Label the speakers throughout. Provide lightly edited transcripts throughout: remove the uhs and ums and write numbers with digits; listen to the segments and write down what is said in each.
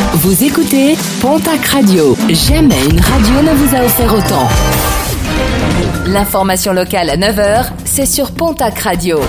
Speaker 1: Vous écoutez Pontac Radio. Jamais une radio ne vous a offert autant. L'information locale à 9h, c'est sur Pontac Radio.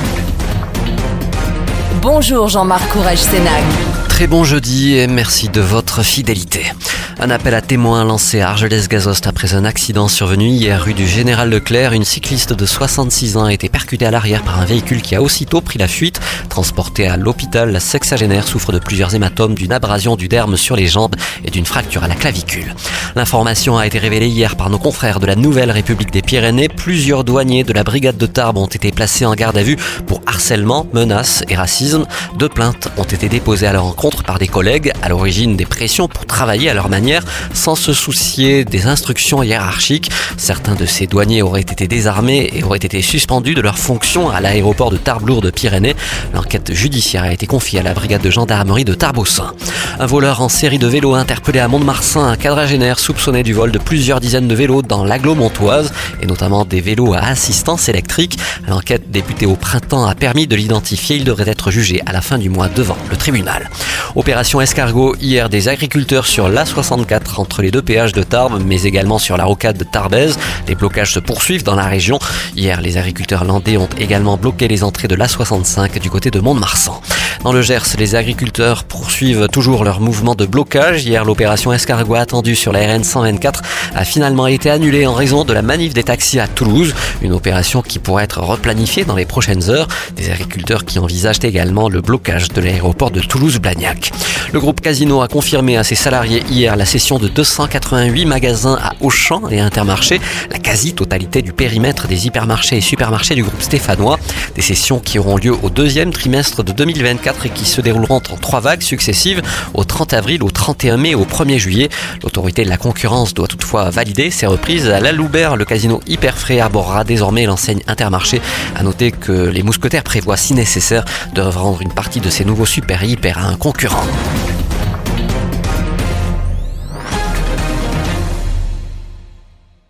Speaker 1: Bonjour Jean-Marc Courage-Sénac.
Speaker 2: Très bon jeudi et merci de votre fidélité. Un appel à témoins lancé à Argelès-Gazost après un accident survenu hier rue du Général Leclerc. Une cycliste de 66 ans a été percutée à l'arrière par un véhicule qui a aussitôt pris la fuite. Transportée à l'hôpital, la sexagénaire souffre de plusieurs hématomes, d'une abrasion du derme sur les jambes et d'une fracture à la clavicule. L'information a été révélée hier par nos confrères de la Nouvelle République des Pyrénées. Plusieurs douaniers de la brigade de Tarbes ont été placés en garde à vue pour harcèlement, menaces et racisme. 2 plaintes ont été déposées à leur encontre par des collègues, à l'origine des pressions pour travailler à leur manière sans se soucier des instructions hiérarchiques. Certains de ces douaniers auraient été désarmés et auraient été suspendus de leurs fonctions à l'aéroport de Tarbes-Lourdes-Pyrénées. L'enquête judiciaire a été confiée à la brigade de gendarmerie de Tarbes-Aussin. Un voleur en série de vélos interpellé à Mont-de-Marsan, un quadragénaire soupçonné du vol de plusieurs dizaines de vélos dans l'agglo-montoise et notamment des vélos à assistance électrique. L'enquête débutée au printemps a permis de l'identifier. Il devrait être jugé à la fin du mois devant le tribunal. Opération escargot, hier des agriculteurs sur l'A64 entre les 2 péages de Tarbes, mais également sur la rocade de Tarbèze. Les blocages se poursuivent dans la région. Hier, les agriculteurs landais ont également bloqué les entrées de l'A65 du côté de Mont-de-Marsan. Dans le Gers, les agriculteurs poursuivent toujours leur mouvement de blocage. Hier, l'opération escargot attendue sur la RN 124 a finalement été annulée en raison de la manif des taxis à Toulouse. Une opération qui pourrait être replanifiée dans les prochaines heures. Des agriculteurs qui envisagent également le blocage de l'aéroport de Toulouse-Blagnac. Le groupe Casino a confirmé à ses salariés hier la cession de 288 magasins à Auchan et Intermarché, la quasi-totalité du périmètre des hypermarchés et supermarchés du groupe stéphanois. Des cessions qui auront lieu au 2e trimestre de 2024 et qui se dérouleront en 3 vagues successives, au 30 avril, au 31 mai et au 1er juillet. L'autorité de la concurrence doit toutefois valider ces reprises. À la Loubert, le casino Hyperfrais arborera désormais l'enseigne Intermarché. À noter que les mousquetaires prévoient, si nécessaire, de revendre une partie de ces nouveaux super et hyper à un concurrent.